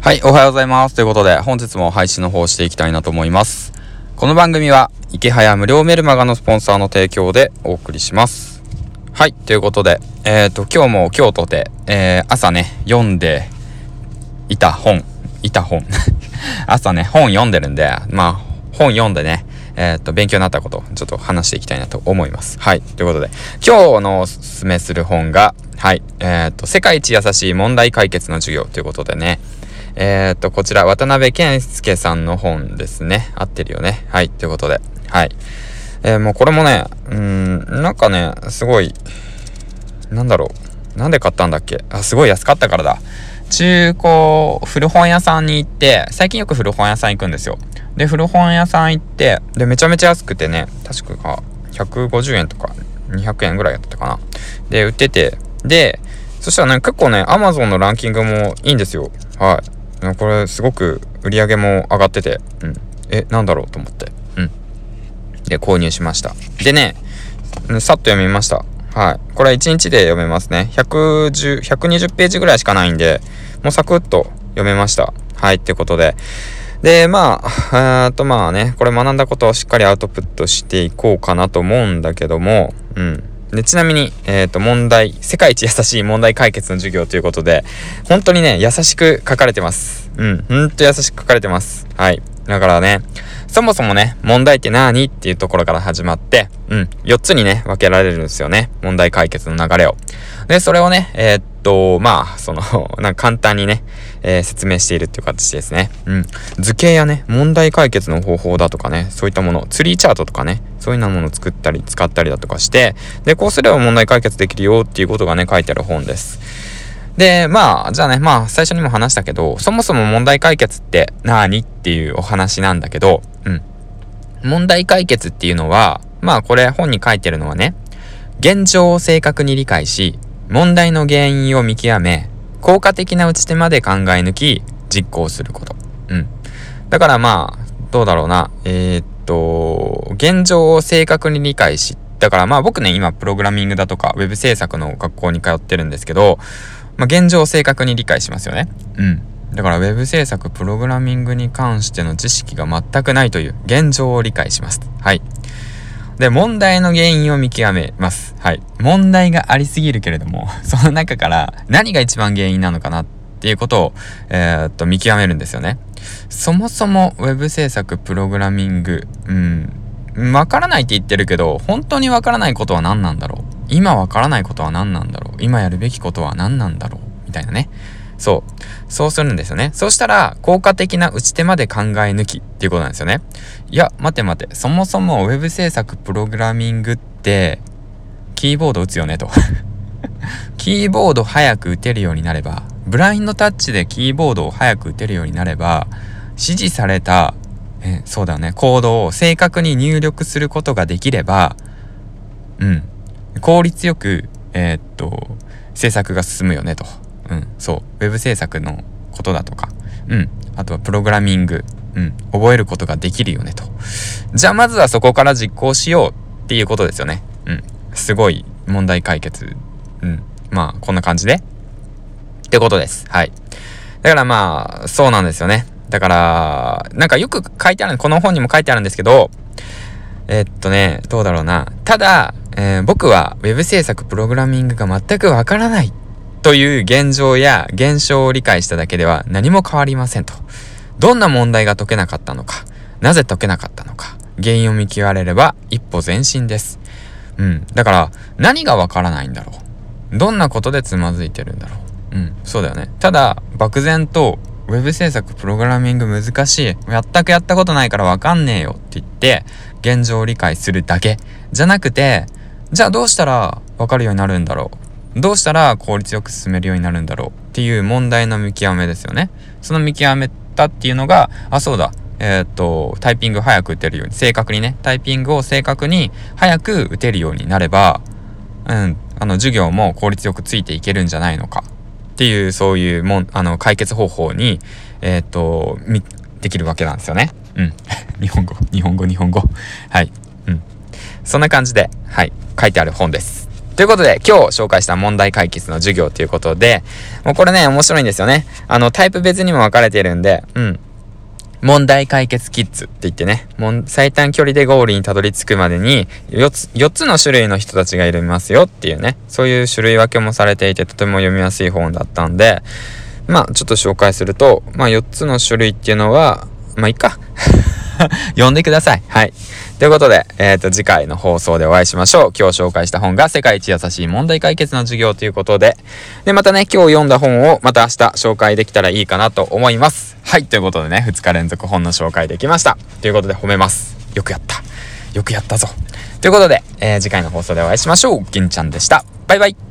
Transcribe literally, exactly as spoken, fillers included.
はい、おはようございます。ということで、本日も配信の方をしていきたいなと思います。この番組は、池早無料メルマガのスポンサーの提供でお送りします。はい、ということで、えっと、今日も京都で、えー、朝ね、読んでいた本、いた本。朝ね、本読んでるんで、まあ、本読んでね、えっと、勉強になったことをちょっと話していきたいなと思います。はい、ということで、今日のおすすめする本が、はい、えっと、世界一優しい問題解決の授業ということでね、えー、っと、こちら、渡辺健介さんの本ですね。合ってるよね。はい。ということで。はい。えー、もうこれもね、うーん、なんかね、すごい、なんだろう。なんで買ったんだっけ？あ、すごい安かったからだ。中古古本屋さんに行って、最近よく古本屋さん行くんですよ。で、古本屋さん行って、で、めちゃめちゃ安くてね、確かひゃくごじゅうえんとかにひゃくえんぐらいだったかな。で、売ってて、で、そしたらね、結構ね、Amazon のランキングもいいんですよ。はい。これすごく売り上げも上がってて、うん、え、なんだろうと思って、うん。で、購入しました。でね、さっと読みました。はい。これいちにちで読めますね。ひゃくじゅう、ひゃくにじゅっページぐらいしかないんで、もうサクッと読めました。はい、ってことで。で、まあ、あとまあね、これ学んだことをしっかりアウトプットしていこうかなと思うんだけども、うん。で、ちなみに、えっと、問題、世界一優しい問題解決の授業ということで、本当にね、優しく書かれてます。うん、ほんと優しく書かれてます。はい。だからね、そもそもね、問題って何っていうところから始まって、うん、よっつにね、分けられるんですよね。問題解決の流れを。で、それをね、えー、っと、まあ、その、なんか簡単にね、えー、説明しているっていう形ですね。うん。図形やね、問題解決の方法だとかね、そういったもの、ツリーチャートとかね、そういうようなものを作ったり、使ったりだとかして、で、こうすれば問題解決できるよっていうことがね、書いてある本です。で、まあ、じゃあね、まあ、最初にも話したけど、そもそも問題解決って何っていうお話なんだけど、うん。問題解決っていうのは、まあ、これ本に書いてるのはね、現状を正確に理解し、問題の原因を見極め、効果的な打ち手まで考え抜き、実行すること。うん。だからまあ、どうだろうな。えー、っと、現状を正確に理解し、だからまあ僕ね、今プログラミングだとか、ウェブ制作の学校に通ってるんですけど、まあ現状を正確に理解しますよね。うん。だからウェブ制作、プログラミングに関しての知識が全くないという現状を理解します。はい。で、問題の原因を見極めます。はい。問題がありすぎるけれども、その中から何が一番原因なのかなっていうことを、えー、っと、見極めるんですよね。そもそもウェブ制作、プログラミング、うん、わからないって言ってるけど、本当にわからないことは何なんだろう。今わからないことは何なんだろう。今やるべきことは何なんだろう。みたいなね。そう。そうするんですよね。そうしたら、効果的な打ち手まで考え抜きっていうことなんですよね。いや、待て待て。そもそもウェブ制作、プログラミングって、キーボード打つよねと。キーボード早く打てるようになれば、ブラインドタッチでキーボードを早く打てるようになれば、指示された、え、そうだよね、コードを正確に入力することができれば、うん、効率よく、えー、っと、制作が進むよねと。うん、そう、ウェブ制作のことだとか、うん、あとはプログラミング、うん、覚えることができるよねと。じゃあまずはそこから実行しようっていうことですよね。うん、すごい問題解決。うん、まあこんな感じでってことです。はい。だからまあそうなんですよね。だからなんかよく書いてある、この本にも書いてあるんですけど、えー、っとねどうだろうな。ただ、えー、僕はウェブ制作プログラミングが全くわからないという現状や現象を理解しただけでは何も変わりませんと。どんな問題が解けなかったのか、なぜ解けなかったのか、原因を見極めれば一歩前進です。うん。だから何がわからないんだろう。どんなことでつまずいてるんだろう。うん。そうだよね。ただ漠然とウェブ制作プログラミング難しい、全くやったことないからわかんねえよって言って現状を理解するだけじゃなくて、じゃあどうしたらわかるようになるんだろう。どうしたら効率よく進めるようになるんだろうっていう問題の見極めですよね。その見極めたっていうのが、あ、そうだ、えー、っとタイピング早く打てるように、正確にね、タイピングを正確に早く打てるようになれば、うん、あの授業も効率よくついていけるんじゃないのかっていう、そういうもん、あの解決方法にえー、っとみできるわけなんですよね。うん日本語日本語日本語はい、うん、そんな感じで、はい、書いてある本です。 ということで、今日紹介した問題解決の授業ということで、もうこれね、面白いんですよね。あの、タイプ別にも分かれているんで、うん。問題解決キッズって言ってね、もん最短距離でゴールにたどり着くまでによっつ、よっつの種類の人たちがいますよっていうね、そういう種類分けもされていて、とても読みやすい本だったんで、まあちょっと紹介すると、まあよっつの種類っていうのは、まあいいか。読んでください。はい。ということで、えっと、次回の放送でお会いしましょう。今日紹介した本が世界一優しい問題解決の授業ということで、で、またね、今日読んだ本をまた明日紹介できたらいいかなと思います。はい。ということでね、ふつか連続本の紹介できました。ということで褒めます。よくやった。よくやったぞ。ということで、えー、次回の放送でお会いしましょう。銀ちゃんでした。バイバイ。